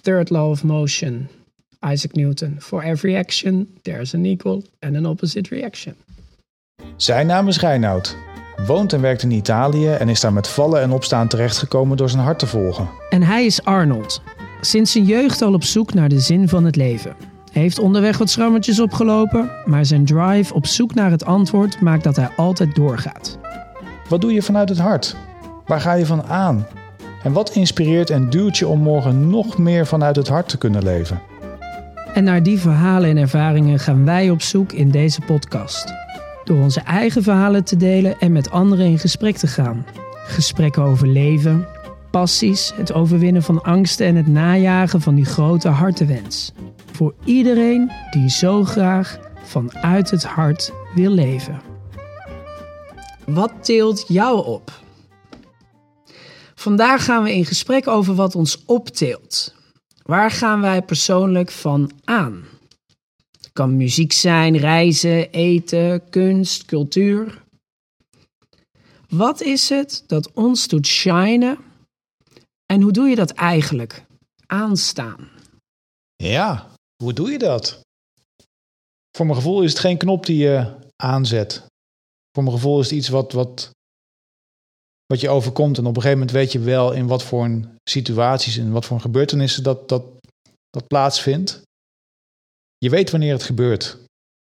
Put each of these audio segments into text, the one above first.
Third law of motion. Isaac Newton. For every action, there's an equal and an opposite reaction. Zijn naam is Reinoud. Woont en werkt in Italië en is daar met vallen en opstaan terechtgekomen door zijn hart te volgen. En hij is Arnold. Sinds zijn jeugd al op zoek naar de zin van het leven. Hij heeft onderweg wat schrammetjes opgelopen, maar zijn drive op zoek naar het antwoord maakt dat hij altijd doorgaat. Wat doe je vanuit het hart? Waar ga je van aan? En wat inspireert en duwt je om morgen nog meer vanuit het hart te kunnen leven? En naar die verhalen en ervaringen gaan wij op zoek in deze podcast. Door onze eigen verhalen te delen en met anderen in gesprek te gaan. Gesprekken over leven, passies, het overwinnen van angsten en het najagen van die grote hartenwens. Voor iedereen die zo graag vanuit het hart wil leven. Wat tilt jou op? Vandaag gaan we in gesprek over wat ons optilt. Waar gaan wij persoonlijk van aan? Het kan muziek zijn, reizen, eten, kunst, cultuur. Wat is het dat ons doet shinen? En hoe doe je dat eigenlijk? Aanstaan. Ja, hoe doe je dat? Voor mijn gevoel is het geen knop die je aanzet. Voor mijn gevoel is het iets wat je overkomt. En op een gegeven moment weet je wel in wat voor een situaties en wat voor gebeurtenissen dat plaatsvindt. Je weet wanneer het gebeurt.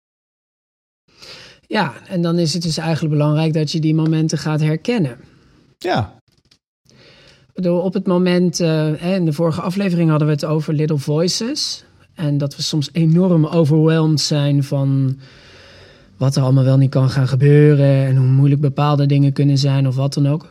Ja, en dan is het dus eigenlijk belangrijk dat je die momenten gaat herkennen. Ja. Op het moment, in de vorige aflevering hadden we het over Little Voices. En dat we soms enorm overwhelmed zijn van wat er allemaal wel niet kan gaan gebeuren. En hoe moeilijk bepaalde dingen kunnen zijn of wat dan ook.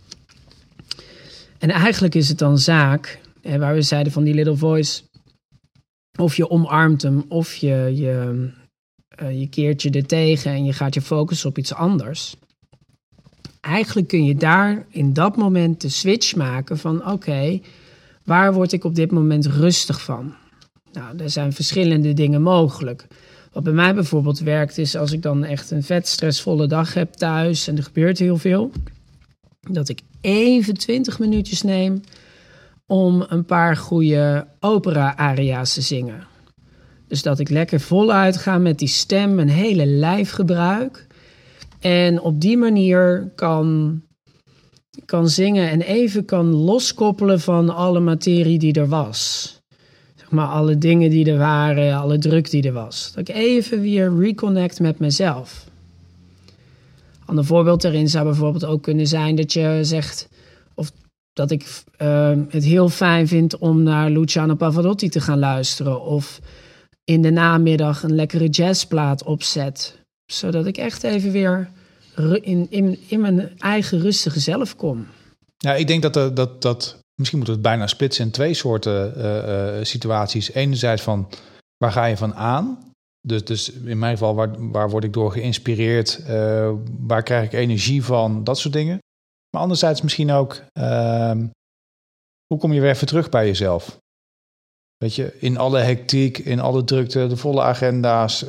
En eigenlijk is het dan zaak, waar we zeiden van die Little Voice, of je omarmt hem of je keert je er tegen en je gaat je focussen op iets anders. Eigenlijk kun je daar in dat moment de switch maken van oké, waar word ik op dit moment rustig van? Nou, er zijn verschillende dingen mogelijk. Wat bij mij bijvoorbeeld werkt is als ik dan echt een vet stressvolle dag heb thuis en er gebeurt heel veel, dat ik even 20 minuutjes neem om een paar goede opera-aria's te zingen. Dus dat ik lekker voluit ga met die stem, mijn hele lijf gebruik. En op die manier kan zingen en even kan loskoppelen van alle materie die er was. Zeg maar alle dingen die er waren, alle druk die er was. Dat ik even weer reconnect met mezelf. Een ander voorbeeld daarin zou bijvoorbeeld ook kunnen zijn dat je zegt, of dat ik het heel fijn vind om naar Luciano Pavarotti te gaan luisteren. Of in de namiddag een lekkere jazzplaat opzet. Zodat ik echt even weer in mijn eigen rustige zelf kom. Ja, ik denk dat misschien moeten we het bijna splitsen in twee soorten situaties. Enerzijds van, waar ga je van aan? Dus in mijn geval, waar word ik door geïnspireerd? Waar krijg ik energie van? Dat soort dingen. Maar anderzijds misschien ook, hoe kom je weer even terug bij jezelf? Weet je, in alle hectiek, in alle drukte, de volle agenda's,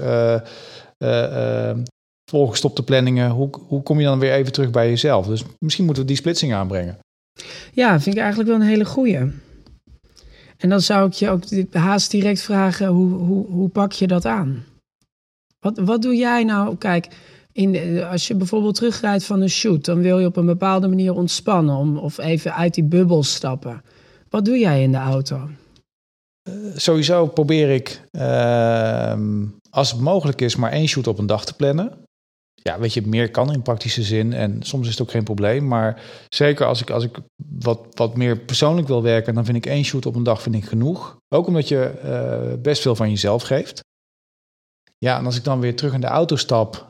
volgestopte planningen. Hoe kom je dan weer even terug bij jezelf? Dus misschien moeten we die splitsing aanbrengen. Ja, vind ik eigenlijk wel een hele goeie. En dan zou ik je ook haast direct vragen, hoe pak je dat aan? Wat doe jij nou? Kijk, als je bijvoorbeeld terugrijdt van een shoot, dan wil je op een bepaalde manier ontspannen of even uit die bubbel stappen. Wat doe jij in de auto? Sowieso probeer ik, als het mogelijk is, maar 1 shoot op een dag te plannen. Ja, weet je, meer kan in praktische zin en soms is het ook geen probleem. Maar zeker als ik wat meer persoonlijk wil werken, dan vind ik 1 shoot op een dag genoeg. Ook omdat je best veel van jezelf geeft. Ja, en als ik dan weer terug in de auto stap,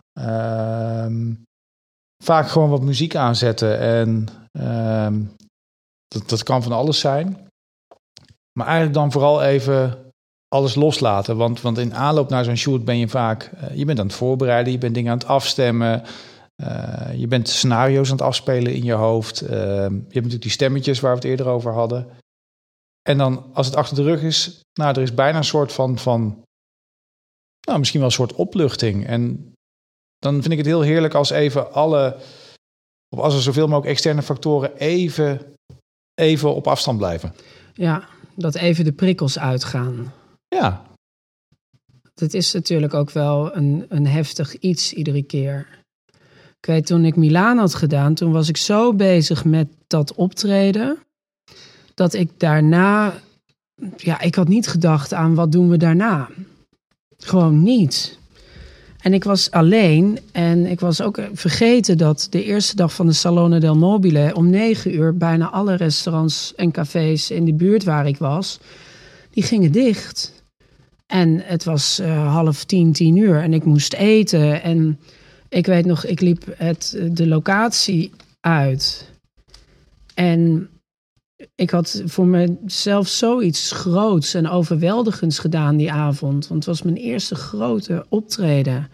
vaak gewoon wat muziek aanzetten. En dat kan van alles zijn. Maar eigenlijk dan vooral even alles loslaten. Want in aanloop naar zo'n shoot ben je vaak, je bent aan het voorbereiden, je bent dingen aan het afstemmen. Je bent scenario's aan het afspelen in je hoofd. Je hebt natuurlijk die stemmetjes waar we het eerder over hadden. En dan, als het achter de rug is, er is bijna een soort van misschien wel een soort opluchting. En dan vind ik het heel heerlijk als als er zoveel mogelijk externe factoren even op afstand blijven. Ja, Dat even de prikkels uitgaan. Ja. Dat is natuurlijk ook wel een heftig iets iedere keer. Ik weet, toen ik Milaan had gedaan, toen was ik zo bezig met dat optreden, dat ik daarna, ik had niet gedacht aan wat doen we daarna. Gewoon niet. En ik was alleen en ik was ook vergeten dat de eerste dag van de Salone del Mobile om 9:00 bijna alle restaurants en cafés in de buurt waar ik was, die gingen dicht. En het was 9:30, 10:00 en ik moest eten. En ik weet nog, ik liep de locatie uit. En ik had voor mezelf zoiets groots en overweldigends gedaan die avond. Want het was mijn eerste grote optreden.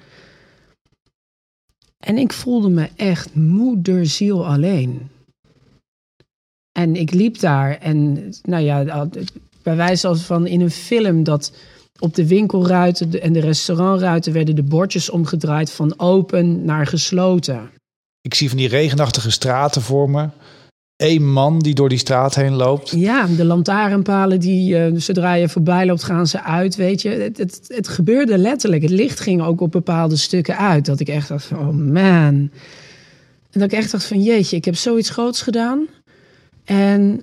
En ik voelde me echt moederziel alleen. En ik liep daar en bij wijze van in een film dat op de winkelruiten en de restaurantruiten werden de bordjes omgedraaid van open naar gesloten. Ik zie van die regenachtige straten voor me. 1 man die door die straat heen loopt. Ja, de lantaarnpalen die zodra je voorbij loopt gaan ze uit, weet je. Het gebeurde letterlijk. Het licht ging ook op bepaalde stukken uit. Dat ik echt dacht van, oh man. En dat ik echt dacht van, jeetje, ik heb zoiets groots gedaan. En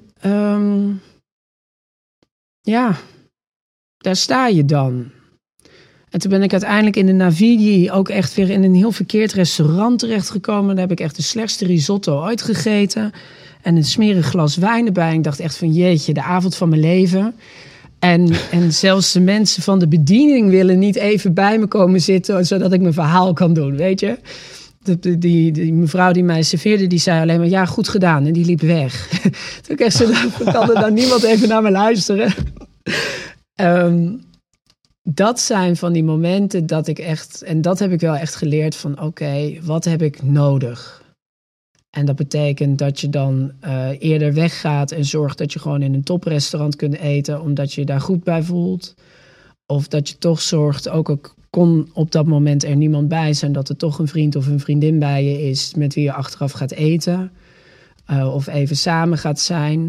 daar sta je dan. En toen ben ik uiteindelijk in de Navigli ook echt weer in een heel verkeerd restaurant terechtgekomen. Daar heb ik echt de slechtste risotto ooit gegeten. En een smerig glas wijn erbij. En ik dacht echt van jeetje, de avond van mijn leven. En zelfs de mensen van de bediening willen niet even bij me komen zitten, zodat ik mijn verhaal kan doen, weet je. Die mevrouw die mij serveerde, die zei alleen maar, ja, goed gedaan. En die liep weg. Toen ik echt zo dacht, kan er dan niemand even naar me luisteren? Dat zijn van die momenten dat ik echt, en dat heb ik wel echt geleerd van oké, wat heb ik nodig? En dat betekent dat je dan eerder weggaat en zorgt dat je gewoon in een toprestaurant kunt eten, omdat je je daar goed bij voelt. Of dat je toch zorgt, ook al kon op dat moment er niemand bij zijn, dat er toch een vriend of een vriendin bij je is met wie je achteraf gaat eten. Of even samen gaat zijn.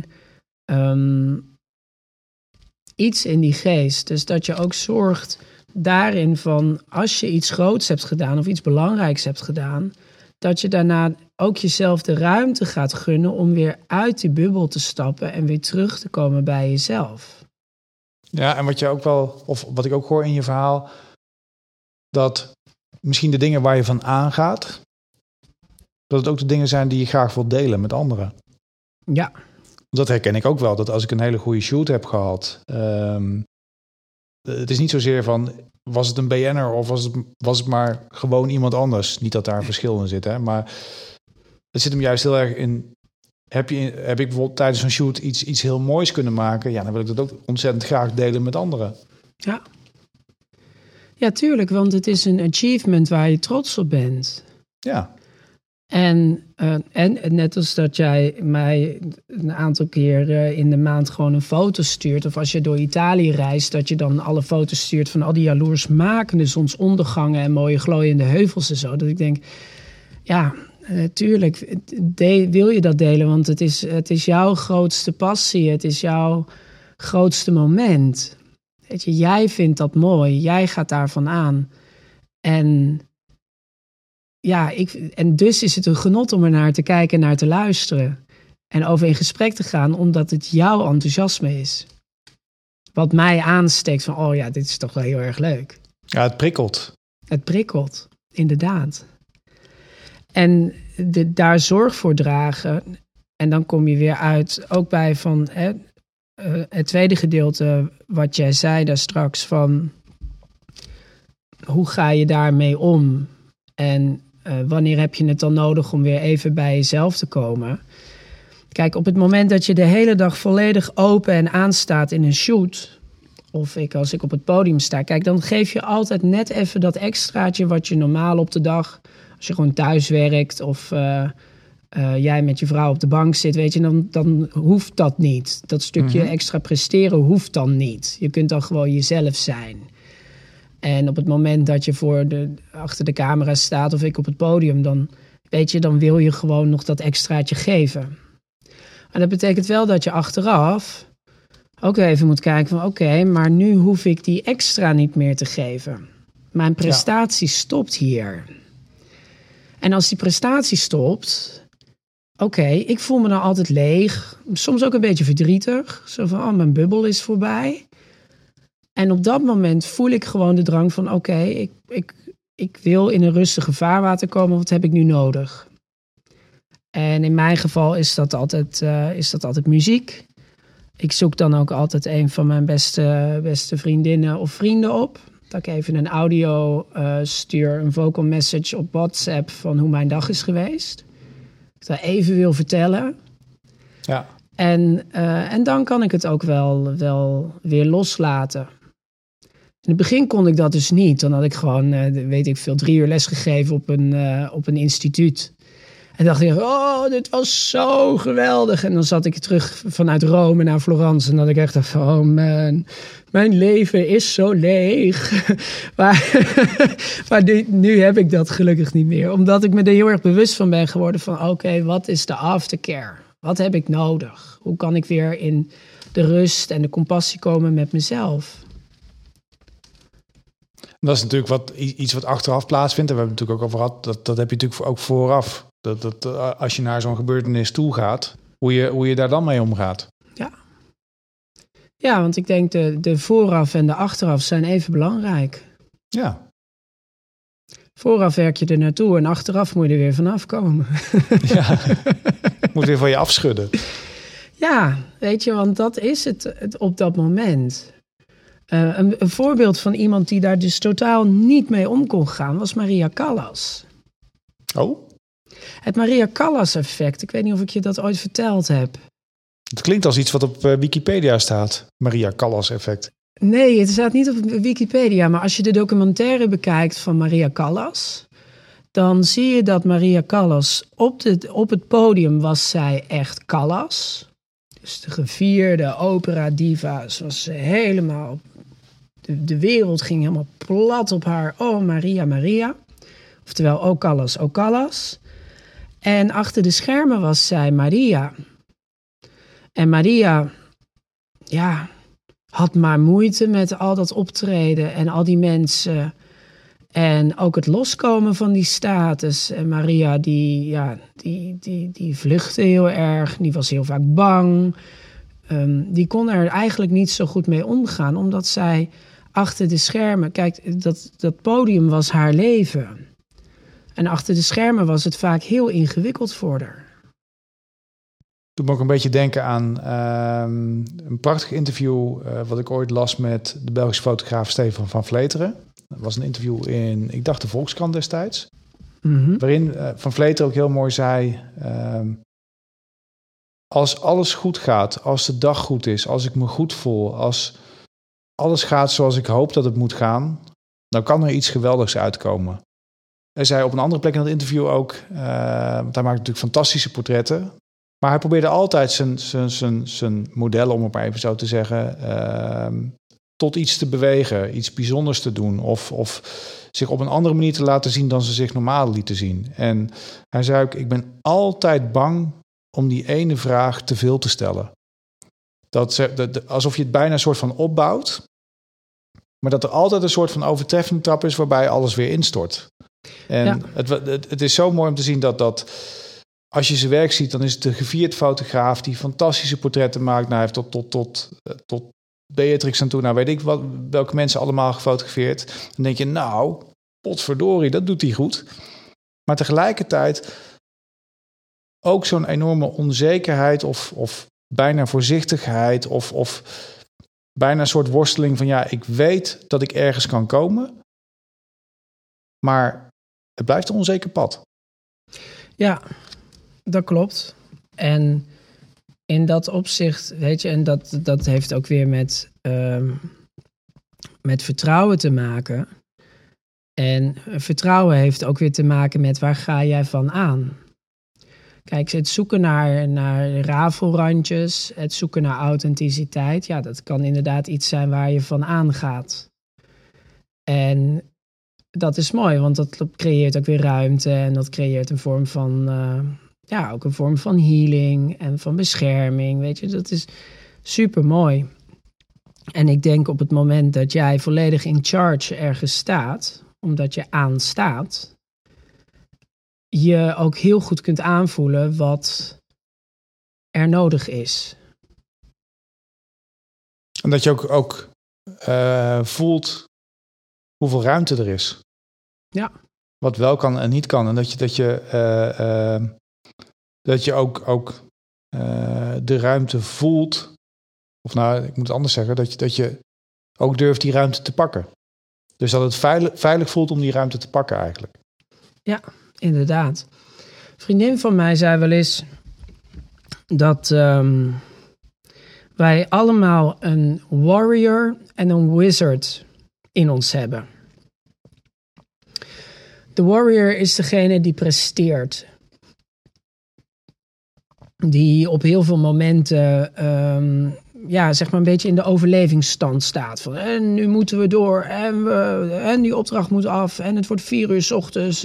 Iets in die geest. Dus dat je ook zorgt daarin van, als je iets groots hebt gedaan of iets belangrijks hebt gedaan, dat je daarna ook jezelf de ruimte gaat gunnen om weer uit die bubbel te stappen en weer terug te komen bij jezelf. Ja, en wat je ook wel, of wat ik ook hoor in je verhaal, dat misschien de dingen waar je van aangaat, dat het ook de dingen zijn die je graag wilt delen met anderen. Ja. Dat herken ik ook wel, dat als ik een hele goede shoot heb gehad, het is niet zozeer van, was het een BN'er of was het maar gewoon iemand anders? Niet dat daar een verschil in zit, hè? Maar het zit hem juist heel erg in, heb ik bijvoorbeeld tijdens een shoot iets heel moois kunnen maken? Ja, dan wil ik dat ook ontzettend graag delen met anderen. Ja. Ja, tuurlijk, want het is een achievement waar je trots op bent. Ja. En net als dat jij mij een aantal keer in de maand gewoon een foto stuurt, of als je door Italië reist, dat je dan alle foto's stuurt van al die jaloersmakende zonsondergangen en mooie glooiende heuvels en zo. Dat ik denk, ja, natuurlijk wil je dat delen, want het is jouw grootste passie, het is jouw grootste moment. Weet je, jij vindt dat mooi, jij gaat daarvan aan. En ja, en dus is het een genot om er naar te kijken en naar te luisteren. En over in gesprek te gaan, omdat het jouw enthousiasme is. Wat mij aansteekt van, oh ja, dit is toch wel heel erg leuk. Ja, het prikkelt. Het prikkelt, inderdaad. En daar zorg voor dragen. En dan kom je weer uit, ook bij van het tweede gedeelte wat jij zei daar straks van, hoe ga je daarmee om? En wanneer heb je het dan nodig om weer even bij jezelf te komen? Kijk, op het moment dat je de hele dag volledig open en aanstaat in een shoot, of als ik op het podium sta, kijk, dan geef je altijd net even dat extraatje wat je normaal op de dag, als je gewoon thuis werkt of jij met je vrouw op de bank zit, weet je, dan hoeft dat niet. Dat stukje extra presteren hoeft dan niet. Je kunt dan gewoon jezelf zijn. En op het moment dat je achter de camera staat of ik op het podium, dan wil je gewoon nog dat extraatje geven. Maar dat betekent wel dat je achteraf ook even moet kijken van oké, maar nu hoef ik die extra niet meer te geven. Mijn prestatie stopt hier. En als die prestatie stopt, oké, ik voel me dan altijd leeg. Soms ook een beetje verdrietig. Zo van, mijn bubbel is voorbij. En op dat moment voel ik gewoon de drang van oké, ik wil in een rustige vaarwater komen. Wat heb ik nu nodig? En in mijn geval is dat altijd muziek. Ik zoek dan ook altijd een van mijn beste vriendinnen of vrienden op. Dat ik even een audio stuur, een vocal message op WhatsApp van hoe mijn dag is geweest. Ik dat even wil vertellen. Ja. En dan kan ik het ook wel weer loslaten. In het begin kon ik dat dus niet. Dan had ik gewoon, 3 uur les gegeven op een instituut. En dacht ik, dit was zo geweldig. En dan zat ik terug vanuit Rome naar Florence. En dat ik echt dacht van, oh man, mijn leven is zo leeg. Maar nu heb ik dat gelukkig niet meer. Omdat ik me er heel erg bewust van ben geworden van, oké, wat is de aftercare? Wat heb ik nodig? Hoe kan ik weer in de rust en de compassie komen met mezelf? Dat is natuurlijk iets wat achteraf plaatsvindt. En we hebben het natuurlijk ook over gehad. Dat heb je natuurlijk ook vooraf. Dat als je naar zo'n gebeurtenis toe gaat, hoe je daar dan mee omgaat. Ja, want ik denk de vooraf en de achteraf zijn even belangrijk. Ja. Vooraf werk je er naartoe en achteraf moet je er weer vanaf komen. Ja, moet weer van je afschudden. Ja, weet je, want dat is het op dat moment. Een voorbeeld van iemand die daar dus totaal niet mee om kon gaan was Maria Callas. Oh? Het Maria Callas effect, ik weet niet of ik je dat ooit verteld heb. Het klinkt als iets wat op Wikipedia staat. Maria Callas effect. Nee, het staat niet op Wikipedia, maar als je de documentaire bekijkt van Maria Callas, dan zie je dat Maria Callas op het podium was zij echt Callas. Dus de gevierde opera diva, ze was helemaal, de wereld ging helemaal plat op haar. Oh, Maria, Maria. Oftewel, oh Callas, oh Callas. En achter de schermen was zij Maria. En Maria, had maar moeite met al dat optreden en al die mensen. En ook het loskomen van die status. En Maria, die vluchtte heel erg. Die was heel vaak bang. Die kon er eigenlijk niet zo goed mee omgaan. Omdat zij achter de schermen... Kijk, dat podium was haar leven. En achter de schermen was het vaak heel ingewikkeld voor haar. Toen moet ik een beetje denken aan een prachtig interview wat ik ooit las met de Belgische fotograaf Stefan van Vleteren. Dat was een interview in, ik dacht de Volkskrant destijds. Mm-hmm. Waarin Van Vleteren ook heel mooi zei, als alles goed gaat, als de dag goed is, als ik me goed voel, als alles gaat zoals ik hoop dat het moet gaan, dan kan er iets geweldigs uitkomen. Hij zei op een andere plek in het interview ook, want hij maakt natuurlijk fantastische portretten. Maar hij probeerde altijd zijn model, om het maar even zo te zeggen, tot iets te bewegen, iets bijzonders te doen. Of zich op een andere manier te laten zien dan ze zich normaal lieten zien. En hij zei ook, ik ben altijd bang om die ene vraag te veel te stellen. Alsof je het bijna een soort van opbouwt. Maar dat er altijd een soort van overtreffende trap is waarbij alles weer instort. En het is zo mooi om te zien dat als je zijn werk ziet, dan is het een gevierd fotograaf die fantastische portretten maakt. Nou, hij heeft tot Beatrix aan toe. Nou, weet ik welke mensen allemaal gefotografeerd. Dan denk je, nou, potverdorie, dat doet hij goed. Maar tegelijkertijd ook zo'n enorme onzekerheid of bijna voorzichtigheid of bijna een soort worsteling van, ik weet dat ik ergens kan komen, maar het blijft een onzeker pad. Ja, dat klopt. En in dat opzicht, weet je, en dat heeft ook weer met vertrouwen te maken. En vertrouwen heeft ook weer te maken met waar ga jij van aan? Kijk, het zoeken naar rafelrandjes, het zoeken naar authenticiteit, dat kan inderdaad iets zijn waar je van aangaat. En dat is mooi, want dat creëert ook weer ruimte en dat creëert een vorm van, ook een vorm van healing en van bescherming, weet je. Dat is super mooi. En ik denk op het moment dat jij volledig in charge ergens staat, omdat je aanstaat, je ook heel goed kunt aanvoelen wat er nodig is. En dat je ook voelt hoeveel ruimte er is. Ja. Wat wel kan en niet kan. En dat je ook de ruimte voelt. Of nou, ik moet het anders zeggen. Dat je ook durft die ruimte te pakken. Dus dat het veilig voelt om die ruimte te pakken eigenlijk. Ja, inderdaad. Een vriendin van mij zei wel eens dat wij allemaal een warrior en een wizard in ons hebben. De warrior is degene die presteert. Die op heel veel momenten zeg maar een beetje in de overlevingsstand staat. Van, en nu moeten we door. En die opdracht moet af. En het wordt 4 uur 's ochtends.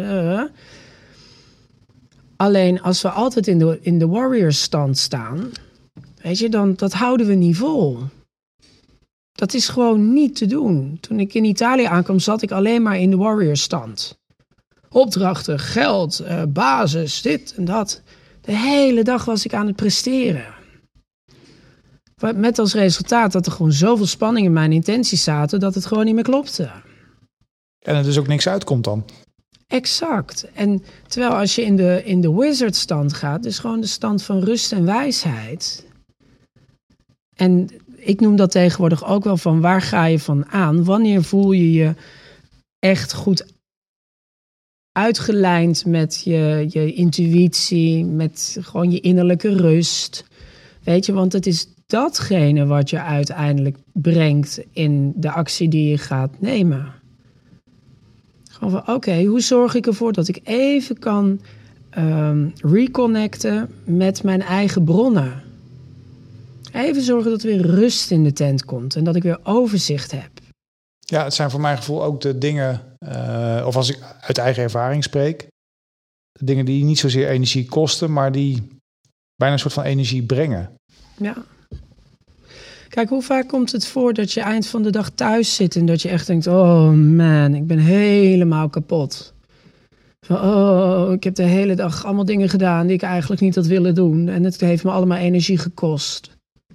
Alleen als we altijd in de warrior stand staan, weet je, dan dat houden we niet vol. Dat is gewoon niet te doen. Toen ik in Italië aankwam, zat ik alleen maar in de warrior stand. Opdrachten, geld, basis, dit en dat. De hele dag was ik aan het presteren. Met als resultaat dat er gewoon zoveel spanning in mijn intenties zaten, dat het gewoon niet meer klopte. En er dus ook niks uitkomt dan. Exact. En terwijl als je in de wizard stand gaat, dus gewoon de stand van rust en wijsheid. En ik noem dat tegenwoordig ook wel van waar ga je van aan? Wanneer voel je je echt goed uitgelijnd met je intuïtie, met gewoon je innerlijke rust. Weet je, want het is datgene wat je uiteindelijk brengt in de actie die je gaat nemen. Gewoon van, oké, hoe zorg ik ervoor dat ik even kan reconnecten met mijn eigen bronnen? Even zorgen dat er weer rust in de tent komt en dat ik weer overzicht heb. Ja, het zijn voor mijn gevoel ook de dingen, of als ik uit eigen ervaring spreek, de dingen die niet zozeer energie kosten, maar die bijna een soort van energie brengen. Ja. Kijk, hoe vaak komt het voor dat je eind van de dag thuis zit en dat je echt denkt, oh man, ik ben helemaal kapot. Van, oh, ik heb de hele dag allemaal dingen gedaan die ik eigenlijk niet had willen doen en het heeft me allemaal energie gekost.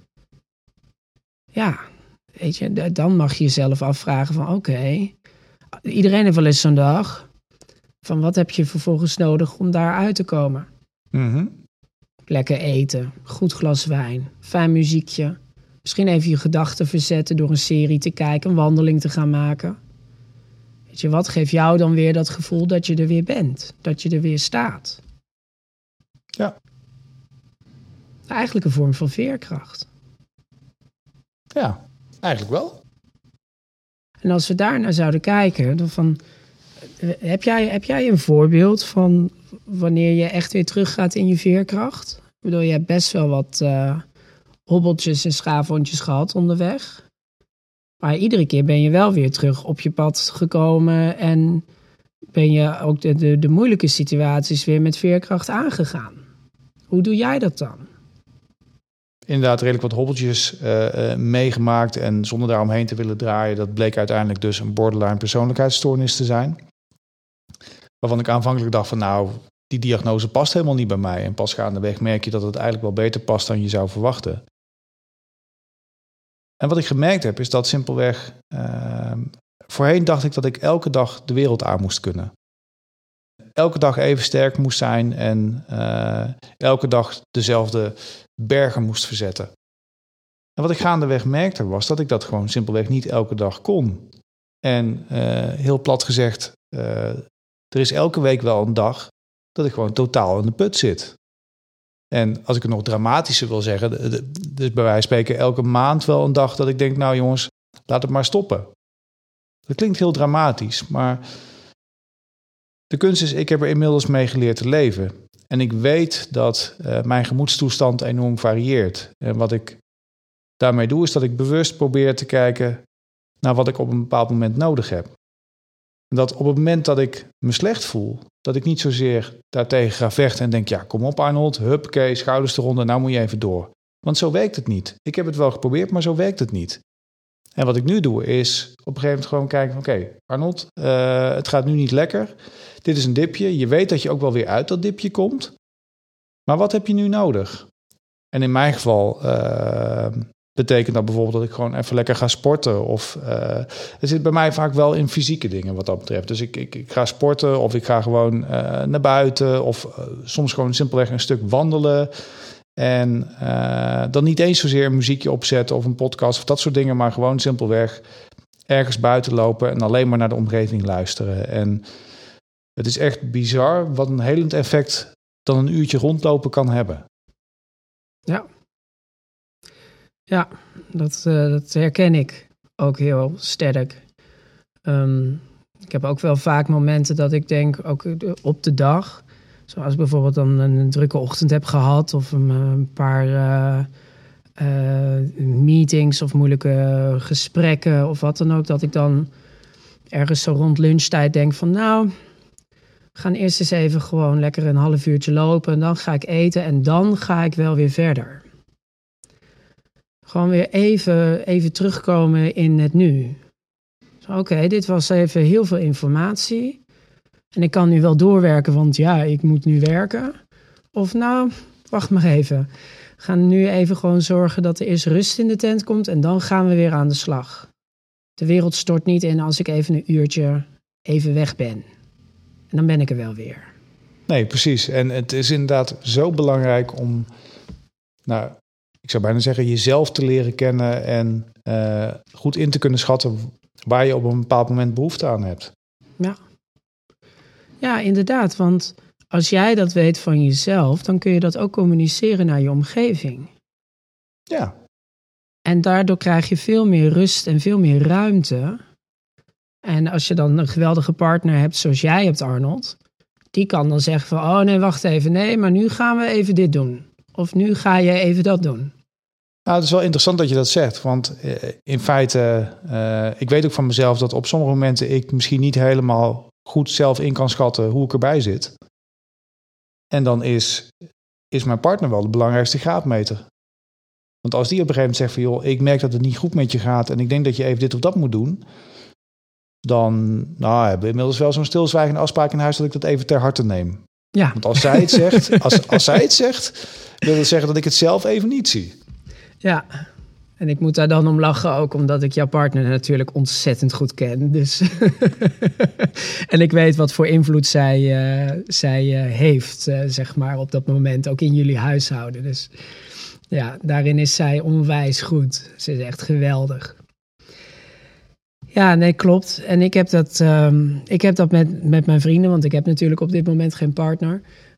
Ja, weet je, dan mag je jezelf afvragen van oké, iedereen heeft wel eens zo'n dag. Van wat heb je vervolgens nodig om daar uit te komen? Mm-hmm. Lekker eten, goed glas wijn, fijn muziekje. Misschien even je gedachten verzetten door een serie te kijken, een wandeling te gaan maken. Weet je, wat geeft jou dan weer dat gevoel dat je er weer bent? Dat je er weer staat? Ja. Eigenlijk een vorm van veerkracht. Ja, eigenlijk wel. En als we daar naar zouden kijken, dan van, heb jij een voorbeeld van wanneer je echt weer teruggaat in je veerkracht? Ik bedoel, je hebt best wel wat hobbeltjes en schaafwondjes gehad onderweg. Maar iedere keer ben je wel weer terug op je pad gekomen en ben je ook de moeilijke situaties weer met veerkracht aangegaan. Hoe doe jij dat dan? Inderdaad, redelijk wat hobbeltjes meegemaakt en zonder daaromheen te willen draaien. Dat bleek uiteindelijk dus een borderline persoonlijkheidsstoornis te zijn. Waarvan ik aanvankelijk dacht van nou, die diagnose past helemaal niet bij mij. En pas gaandeweg merk je dat het eigenlijk wel beter past dan je zou verwachten. En wat ik gemerkt heb is dat simpelweg, voorheen dacht ik dat ik elke dag de wereld aan moest kunnen. Elke dag even sterk moest zijn en elke dag dezelfde bergen moest verzetten. En wat ik gaandeweg merkte was dat ik dat gewoon simpelweg niet elke dag kon. En heel plat gezegd, er is elke week wel een dag dat ik gewoon totaal in de put zit. En als ik het nog dramatischer wil zeggen, dus bij wijze van spreken elke maand wel een dag dat ik denk, nou jongens, laat het maar stoppen. Dat klinkt heel dramatisch, maar de kunst is, ik heb er inmiddels mee geleerd te leven. En ik weet dat mijn gemoedstoestand enorm varieert. En wat ik daarmee doe, is dat ik bewust probeer te kijken naar wat ik op een bepaald moment nodig heb. En dat op het moment dat ik me slecht voel, dat ik niet zozeer daartegen ga vechten en denk, ja, kom op Arnold, huppakee, schouders eronder, nou moet je even door. Want zo werkt het niet. Ik heb het wel geprobeerd, maar zo werkt het niet. En wat ik nu doe is op een gegeven moment gewoon kijken... Oké, Arnold, het gaat nu niet lekker. Dit is een dipje. Je weet dat je ook wel weer uit dat dipje komt. Maar wat heb je nu nodig? En in mijn geval betekent dat bijvoorbeeld... dat ik gewoon even lekker ga sporten. Of het zit bij mij vaak wel in fysieke dingen wat dat betreft. Dus ik ga sporten of ik ga gewoon naar buiten... of soms gewoon simpelweg een stuk wandelen... En dan niet eens zozeer een muziekje opzetten of een podcast of dat soort dingen, maar gewoon simpelweg ergens buiten lopen en alleen maar naar de omgeving luisteren. En het is echt bizar wat een helend effect dan een uurtje rondlopen kan hebben. Ja, dat herken ik ook heel sterk. Ik heb ook wel vaak momenten dat ik denk, ook op de dag... Zoals bijvoorbeeld dan een drukke ochtend heb gehad... of een paar meetings of moeilijke gesprekken of wat dan ook... dat ik dan ergens zo rond lunchtijd denk van... nou, we gaan eerst eens even gewoon lekker een half uurtje lopen... en dan ga ik eten en dan ga ik wel weer verder. Gewoon weer even terugkomen in het nu. Oké, dit was even heel veel informatie... En ik kan nu wel doorwerken, want ja, ik moet nu werken. Of nou, wacht maar even. We gaan nu even gewoon zorgen dat er eerst rust in de tent komt... en dan gaan we weer aan de slag. De wereld stort niet in als ik even een uurtje even weg ben. En dan ben ik er wel weer. Nee, precies. En het is inderdaad zo belangrijk om... nou, ik zou bijna zeggen, jezelf te leren kennen... en goed in te kunnen schatten waar je op een bepaald moment behoefte aan hebt. Ja, inderdaad, want als jij dat weet van jezelf... dan kun je dat ook communiceren naar je omgeving. Ja. En daardoor krijg je veel meer rust en veel meer ruimte. En als je dan een geweldige partner hebt zoals jij hebt, Arnold... die kan dan zeggen van, oh nee, wacht even, nee, maar nu gaan we even dit doen. Of nu ga je even dat doen. Nou, het is wel interessant dat je dat zegt. Want in feite, ik weet ook van mezelf dat op sommige momenten... ik misschien niet helemaal goed zelf in kan schatten hoe ik erbij zit. En dan is mijn partner wel de belangrijkste graadmeter. Want als die op een gegeven moment zegt van... joh, ik merk dat het niet goed met je gaat... en ik denk dat je even dit of dat moet doen... dan hebben we inmiddels wel zo'n stilzwijgende afspraak in huis... dat ik dat even ter harte neem. Ja. Want als zij het zegt, als zij het zegt... wil dat zeggen dat ik het zelf even niet zie. Ja, en ik moet daar dan om lachen ook... omdat ik jouw partner natuurlijk ontzettend goed ken. Dus en ik weet wat voor invloed zij heeft, zeg maar, op dat moment. Ook in jullie huishouden. Dus ja, daarin is zij onwijs goed. Ze is echt geweldig. Ja, nee, klopt. En ik heb dat met mijn vrienden... want ik heb natuurlijk op dit moment geen partner...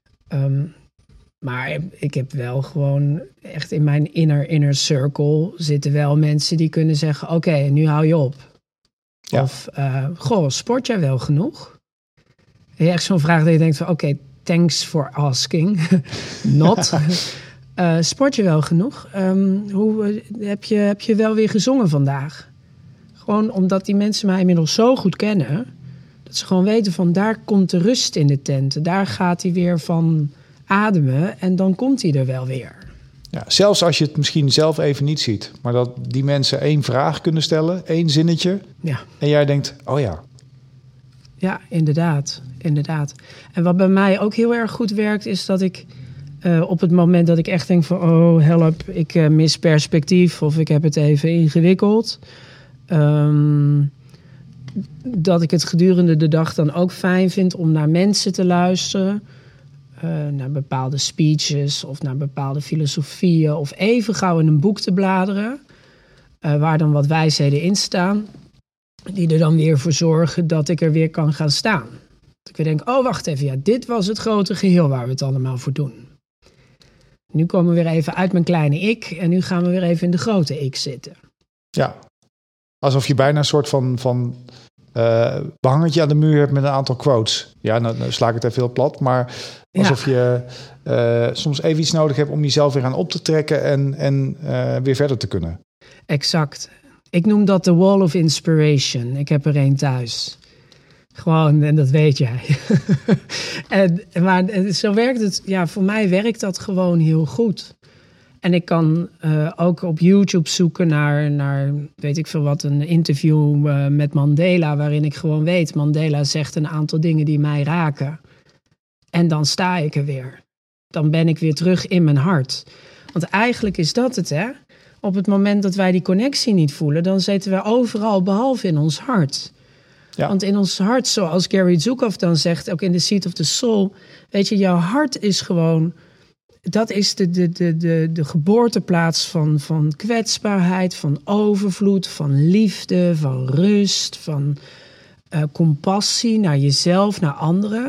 Maar ik heb wel gewoon echt in mijn inner circle... zitten wel mensen die kunnen zeggen... oké, nu hou je op. Ja. Of, sport jij wel genoeg? Echt zo'n vraag dat je denkt van... oké, thanks for asking. Not. Sport je wel genoeg? Heb je wel weer gezongen vandaag? Gewoon omdat die mensen mij inmiddels zo goed kennen... dat ze gewoon weten van daar komt de rust in de tent. Daar gaat hij weer van... ademen en dan komt hij er wel weer. Ja, zelfs als je het misschien zelf even niet ziet... maar dat die mensen 1 vraag kunnen stellen, 1 zinnetje... Ja. En jij denkt, oh ja. Ja, inderdaad. En wat bij mij ook heel erg goed werkt... is dat ik op het moment dat ik echt denk van... oh, help, ik mis perspectief... of ik heb het even ingewikkeld... dat ik het gedurende de dag dan ook fijn vind... om naar mensen te luisteren... naar bepaalde speeches of naar bepaalde filosofieën... of even gauw in een boek te bladeren... waar dan wat wijsheden in staan... die er dan weer voor zorgen dat ik er weer kan gaan staan. Dat ik weer denk, oh wacht even, ja, dit was het grote geheel waar we het allemaal voor doen. Nu komen we weer even uit mijn kleine ik... en nu gaan we weer even in de grote ik zitten. Ja, alsof je bijna een soort van behangetje aan de muur hebt met een aantal quotes. Ja, nou sla ik het even heel plat, maar alsof je soms even iets nodig hebt om jezelf weer aan op te trekken en weer verder te kunnen. Exact. Ik noem dat de wall of inspiration. Ik heb er 1 thuis. Gewoon, en dat weet jij. Maar zo werkt het. Ja, voor mij werkt dat gewoon heel goed. En ik kan ook op YouTube zoeken naar, weet ik veel wat, een interview met Mandela, waarin ik gewoon weet, Mandela zegt een aantal dingen die mij raken. En dan sta ik er weer. Dan ben ik weer terug in mijn hart. Want eigenlijk is dat het, hè. Op het moment dat wij die connectie niet voelen, dan zitten we overal behalve in ons hart. Ja. Want in ons hart, zoals Gary Zukav dan zegt, ook in The Seat of the Soul, weet je, jouw hart is gewoon, dat is de geboorteplaats van kwetsbaarheid, van overvloed, van liefde, van rust, van compassie naar jezelf, naar anderen.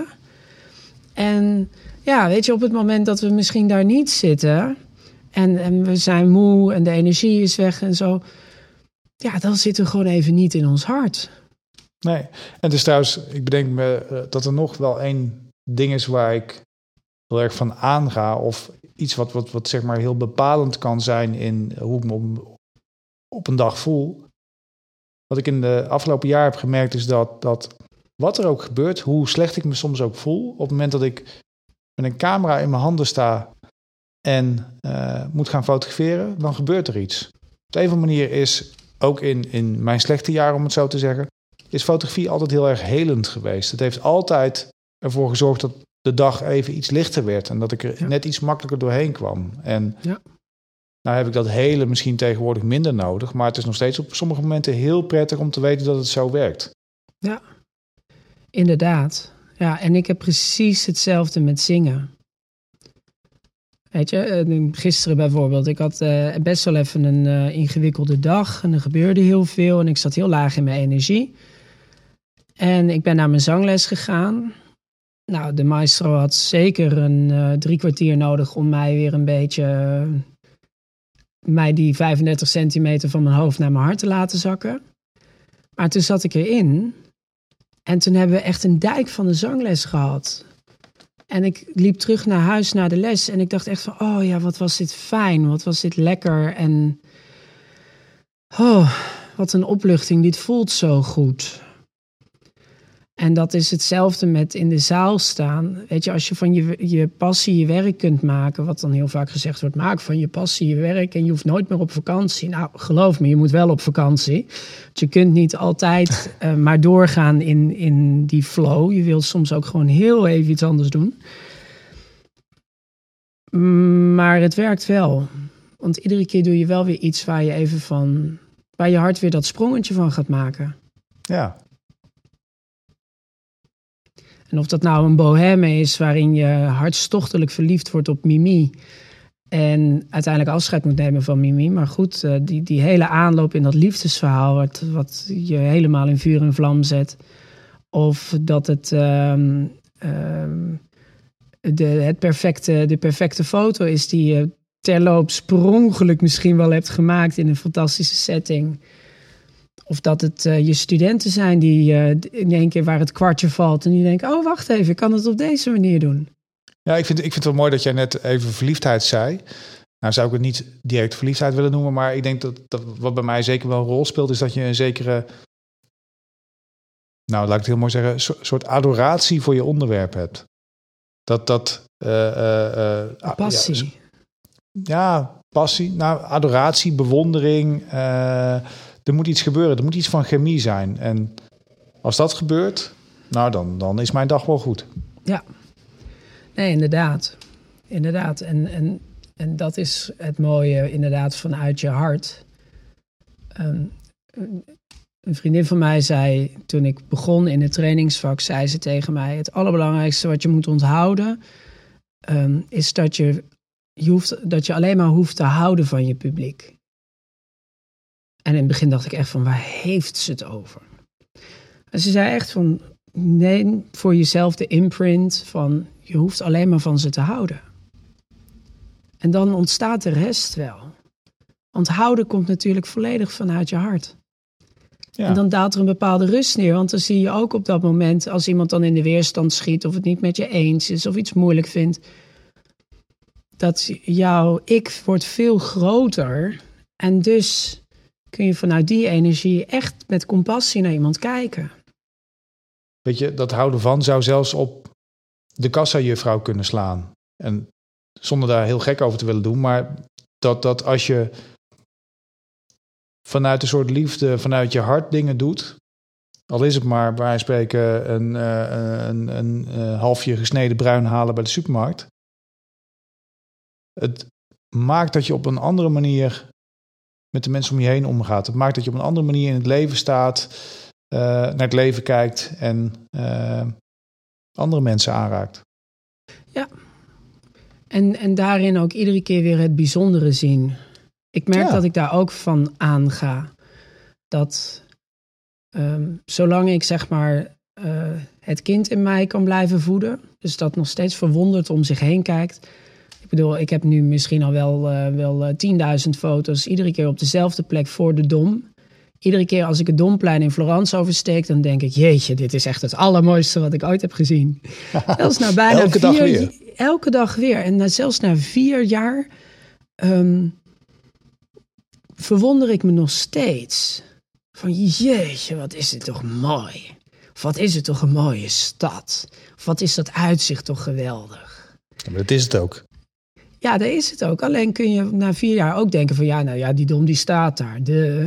En ja, weet je, op het moment dat we misschien daar niet zitten en we zijn moe en de energie is weg en zo, ja, dan zitten we gewoon even niet in ons hart. Nee, en het is trouwens, ik bedenk me dat er nog wel één ding is waar ik heel erg van aanga, of iets wat zeg maar heel bepalend kan zijn in hoe ik me op een dag voel. Wat ik in de afgelopen jaar heb gemerkt is dat wat er ook gebeurt, hoe slecht ik me soms ook voel, op het moment dat ik met een camera in mijn handen sta en moet gaan fotograferen, dan gebeurt er iets. Op de een of andere manier is, ook in mijn slechte jaren om het zo te zeggen, is fotografie altijd heel erg helend geweest. Het heeft altijd ervoor gezorgd dat de dag even iets lichter werd en dat ik er net iets makkelijker doorheen kwam. En nou heb ik dat hele misschien tegenwoordig minder nodig, maar het is nog steeds op sommige momenten heel prettig om te weten dat het zo werkt. Ja, inderdaad. Ja, en ik heb precies hetzelfde met zingen. Weet je, gisteren bijvoorbeeld, ik had best wel even een ingewikkelde dag en er gebeurde heel veel en ik zat heel laag in mijn energie. En ik ben naar mijn zangles gegaan. Nou, de maestro had zeker een 3 kwartier nodig om mij weer een beetje, mij die 35 centimeter van mijn hoofd naar mijn hart te laten zakken. Maar toen zat ik erin en toen hebben we echt een dijk van de zangles gehad. En ik liep terug naar huis na de les en ik dacht echt van, oh ja, wat was dit fijn, wat was dit lekker. En oh, wat een opluchting, dit voelt zo goed. En dat is hetzelfde met in de zaal staan. Weet je, als je van je passie je werk kunt maken, wat dan heel vaak gezegd wordt, maak van je passie je werk en je hoeft nooit meer op vakantie. Nou, geloof me, je moet wel op vakantie. Want je kunt niet altijd maar doorgaan in die flow. Je wilt soms ook gewoon heel even iets anders doen. Maar het werkt wel. Want iedere keer doe je wel weer iets waar je hart weer dat sprongetje van gaat maken. Ja. En of dat nou een bohème is waarin je hartstochtelijk verliefd wordt op Mimi en uiteindelijk afscheid moet nemen van Mimi. Maar goed, die hele aanloop in dat liefdesverhaal wat je helemaal in vuur en vlam zet. Of dat het de perfecte foto is die je terloops per ongeluk misschien wel hebt gemaakt in een fantastische setting. Of dat het je studenten zijn die in één keer waar het kwartje valt en die denken, oh wacht even, ik kan het op deze manier doen. Ja, ik vind het wel mooi dat jij net even verliefdheid zei. Nou zou ik het niet direct verliefdheid willen noemen, maar ik denk dat wat bij mij zeker wel een rol speelt, is dat je een zekere, nou laat ik het heel mooi zeggen, soort adoratie voor je onderwerp hebt. Passie. Ja, passie. Nou, adoratie, bewondering. Er moet iets gebeuren. Er moet iets van chemie zijn. En als dat gebeurt, nou dan is mijn dag wel goed. Ja. Nee, inderdaad. Inderdaad. En dat is het mooie, inderdaad, vanuit je hart. Een vriendin van mij zei, toen ik begon in het trainingsvak, zei ze tegen mij, het allerbelangrijkste wat je moet onthouden, is dat je alleen maar hoeft te houden van je publiek. En in het begin dacht ik echt van, waar heeft ze het over? En ze zei echt van, neem voor jezelf de imprint van, je hoeft alleen maar van ze te houden. En dan ontstaat de rest wel. Want houden komt natuurlijk volledig vanuit je hart. Ja. En dan daalt er een bepaalde rust neer. Want dan zie je ook op dat moment, als iemand dan in de weerstand schiet of het niet met je eens is of iets moeilijk vindt, dat jouw ik wordt veel groter en dus kun je vanuit die energie echt met compassie naar iemand kijken. Weet je, dat houden van zou zelfs op de kassajuffrouw kunnen slaan. En zonder daar heel gek over te willen doen, maar dat als je vanuit een soort liefde, vanuit je hart dingen doet, al is het maar bij wijze van spreken een halfje gesneden bruin halen bij de supermarkt. Het maakt dat je op een andere manier met de mensen om je heen omgaat. Het maakt dat je op een andere manier in het leven staat, naar het leven kijkt en andere mensen aanraakt. Ja. En daarin ook iedere keer weer het bijzondere zien. Ik merk dat ik daar ook van aanga. Dat zolang ik zeg maar het kind in mij kan blijven voeden, dus dat nog steeds verwonderd om zich heen kijkt. Ik bedoel, ik heb nu misschien al wel 10.000 foto's, iedere keer op dezelfde plek voor de Dom. Iedere keer als ik het Domplein in Florence oversteek, dan denk ik, jeetje, dit is echt het allermooiste wat ik ooit heb gezien. Zelfs na bijna Elke dag weer. Elke dag weer. En zelfs na 4 jaar verwonder ik me nog steeds. Van jeetje, wat is dit toch mooi. Of wat is het toch een mooie stad. Of wat is dat uitzicht toch geweldig. Ja, maar dat is het ook. Ja, dat is het ook. Alleen kun je na 4 jaar ook denken van ja, nou ja, die Dom die staat daar.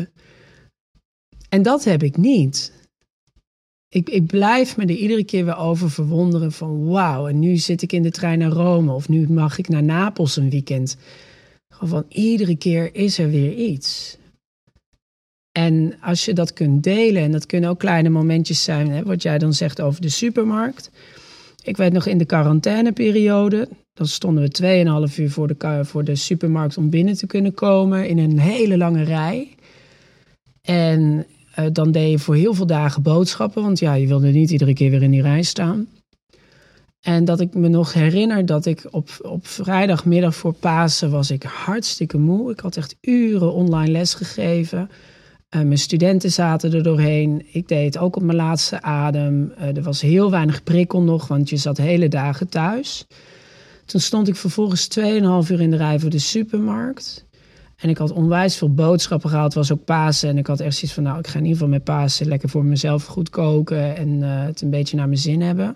En dat heb ik niet. Ik blijf me er iedere keer weer over verwonderen van wauw, en nu zit ik in de trein naar Rome of nu mag ik naar Napels een weekend. Gewoon van iedere keer is er weer iets. En als je dat kunt delen, en dat kunnen ook kleine momentjes zijn, hè, wat jij dan zegt over de supermarkt. Ik weet nog in de quarantaineperiode, dan stonden we 2,5 uur voor de supermarkt om binnen te kunnen komen in een hele lange rij. En dan deed je voor heel veel dagen boodschappen, want ja, je wilde niet iedere keer weer in die rij staan. En dat ik me nog herinner dat ik op vrijdagmiddag voor Pasen was ik hartstikke moe. Ik had echt uren online les gegeven. Mijn studenten zaten er doorheen. Ik deed het ook op mijn laatste adem. Er was heel weinig prikkel nog, want je zat hele dagen thuis. Toen stond ik vervolgens 2,5 uur in de rij voor de supermarkt. En ik had onwijs veel boodschappen gehaald. Het was ook Pasen. En ik had echt zoiets van, nou, ik ga in ieder geval met Pasen lekker voor mezelf goed koken. En het een beetje naar mijn zin hebben.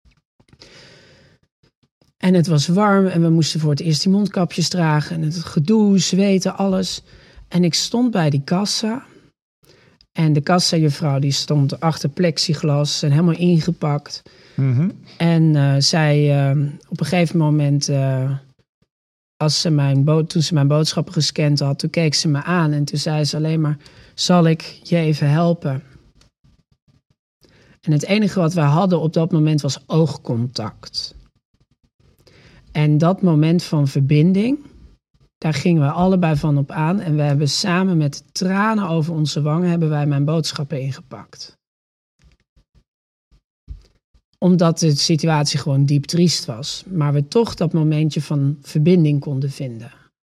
En het was warm. En we moesten voor het eerst die mondkapjes dragen. En het gedoe, zweten, alles. En ik stond bij die kassa. En de kassajuffrouw die stond achter plexiglas en helemaal ingepakt. Mm-hmm. En zij op een gegeven moment, toen ze mijn boodschappen gescand had, toen keek ze me aan en toen zei ze alleen maar, zal ik je even helpen? En het enige wat wij hadden op dat moment was oogcontact. En dat moment van verbinding, daar gingen we allebei van op aan. En we hebben samen met tranen over onze wangen hebben wij mijn boodschappen ingepakt. Omdat de situatie gewoon diep triest was. Maar we toch dat momentje van verbinding konden vinden.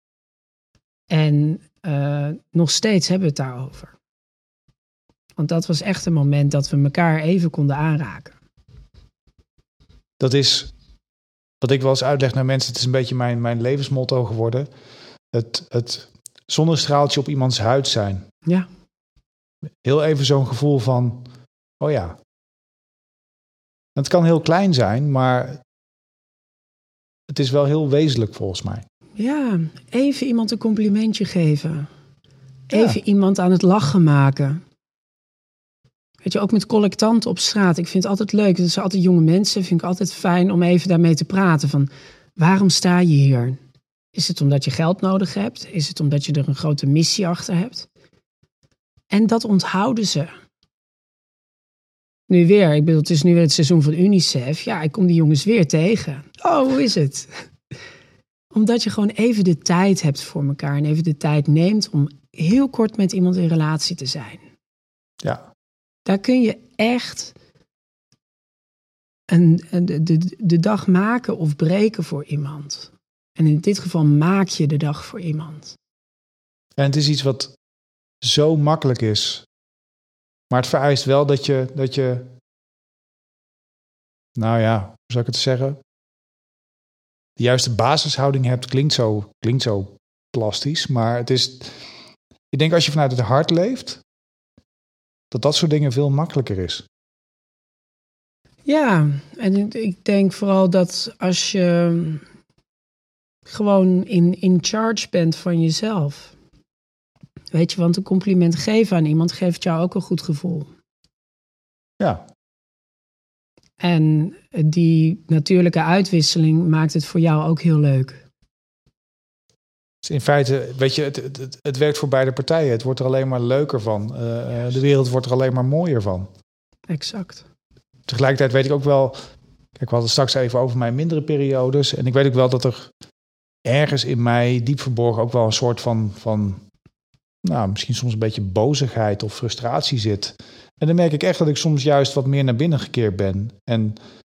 En nog steeds hebben we het daarover. Want dat was echt een moment dat we elkaar even konden aanraken. Dat is wat ik wel eens uitleg naar mensen. Het is een beetje mijn levensmotto geworden. Het zonnestraaltje op iemands huid zijn. Ja. Heel even zo'n gevoel van, oh ja. Het kan heel klein zijn, maar het is wel heel wezenlijk volgens mij. Ja, even iemand een complimentje geven. Even iemand aan het lachen maken. Weet je, ook met collectanten op straat. Ik vind het altijd leuk. Het zijn altijd jonge mensen. Vind ik altijd fijn om even daarmee te praten. Van, waarom sta je hier? Is het omdat je geld nodig hebt? Is het omdat je er een grote missie achter hebt? En dat onthouden ze. Nu weer, ik bedoel, het is nu weer het seizoen van UNICEF. Ja, ik kom die jongens weer tegen. Oh, hoe is het? Omdat je gewoon even de tijd hebt voor elkaar. En even de tijd neemt om heel kort met iemand in relatie te zijn. Ja. Daar kun je echt de dag maken of breken voor iemand. En in dit geval maak je de dag voor iemand. En het is iets wat zo makkelijk is. Maar het vereist wel dat je nou ja, hoe zou ik het zeggen? De juiste basishouding hebt, klinkt zo plastisch. Maar het is, ik denk als je vanuit het hart leeft, dat soort dingen veel makkelijker is. Ja, en ik denk vooral dat als je gewoon in charge bent van jezelf. Weet je, want een compliment geven aan iemand geeft jou ook een goed gevoel. Ja. En die natuurlijke uitwisseling maakt het voor jou ook heel leuk. Dus in feite, weet je, het werkt voor beide partijen. Het wordt er alleen maar leuker van. De wereld wordt er alleen maar mooier van. Exact. Tegelijkertijd weet ik ook wel... Kijk, we hadden het straks even over mijn mindere periodes. En ik weet ook wel dat er ergens in mij diep verborgen ook wel een soort van nou, misschien soms een beetje bozigheid of frustratie zit. En dan merk ik echt dat ik soms juist wat meer naar binnen gekeerd ben. En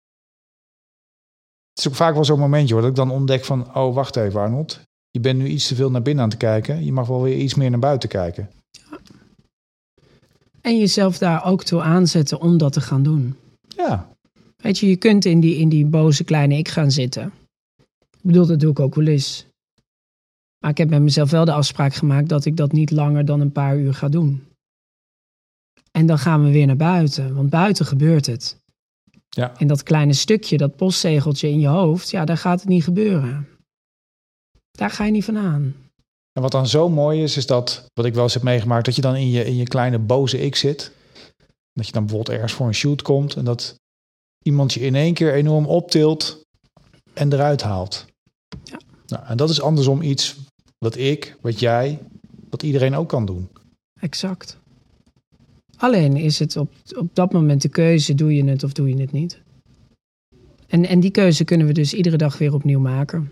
het is ook vaak wel zo'n momentje hoor, dat ik dan ontdek van... oh, wacht even Arnold, je bent nu iets te veel naar binnen aan het kijken. Je mag wel weer iets meer naar buiten kijken. Ja. En jezelf daar ook toe aanzetten om dat te gaan doen. Ja. Weet je, je kunt in die boze kleine ik gaan zitten. Ik bedoel, dat doe ik ook wel eens. Maar ik heb met mezelf wel de afspraak gemaakt dat ik dat niet langer dan een paar uur ga doen. En dan gaan we weer naar buiten, want buiten gebeurt het. Ja. En dat kleine stukje, dat postzegeltje in je hoofd, ja, daar gaat het niet gebeuren. Daar ga je niet van aan. En wat dan zo mooi is dat, wat ik wel eens heb meegemaakt, dat je dan in je kleine boze ik zit. Dat je dan bijvoorbeeld ergens voor een shoot komt en dat iemand je in één keer enorm optilt en eruit haalt. Ja. Nou, en dat is andersom iets wat jij, wat iedereen ook kan doen. Exact. Alleen is het op dat moment de keuze, doe je het of doe je het niet. En die keuze kunnen we dus iedere dag weer opnieuw maken.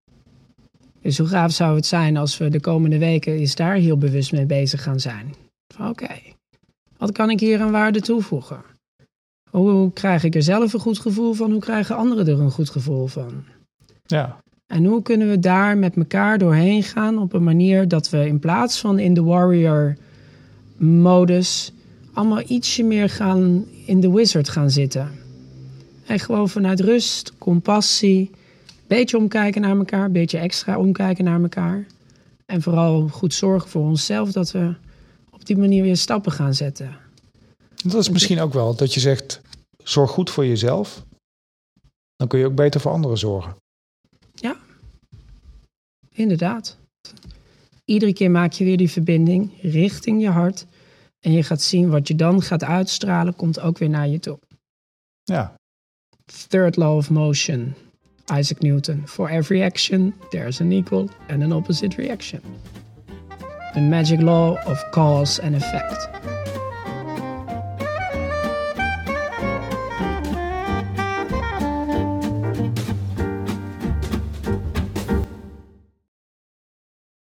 Dus hoe gaaf zou het zijn als we de komende weken eens daar heel bewust mee bezig gaan zijn. Oké, wat kan ik hier aan waarde toevoegen? Hoe krijg ik er zelf een goed gevoel van? Hoe krijgen anderen er een goed gevoel van? Ja. En hoe kunnen we daar met elkaar doorheen gaan op een manier dat we in plaats van in de warrior-modus allemaal ietsje meer gaan in de wizard gaan zitten. En gewoon vanuit rust, compassie, beetje omkijken naar elkaar, een beetje extra omkijken naar elkaar. En vooral goed zorgen voor onszelf dat we op die manier weer stappen gaan zetten. Dat is misschien ook wel dat je zegt, zorg goed voor jezelf. Dan kun je ook beter voor anderen zorgen. Ja, inderdaad. Iedere keer maak je weer die verbinding richting je hart. En je gaat zien wat je dan gaat uitstralen, komt ook weer naar je toe. Ja. Third law of motion. Isaac Newton. For every action, there's an equal and an opposite reaction. The magic law of cause and effect.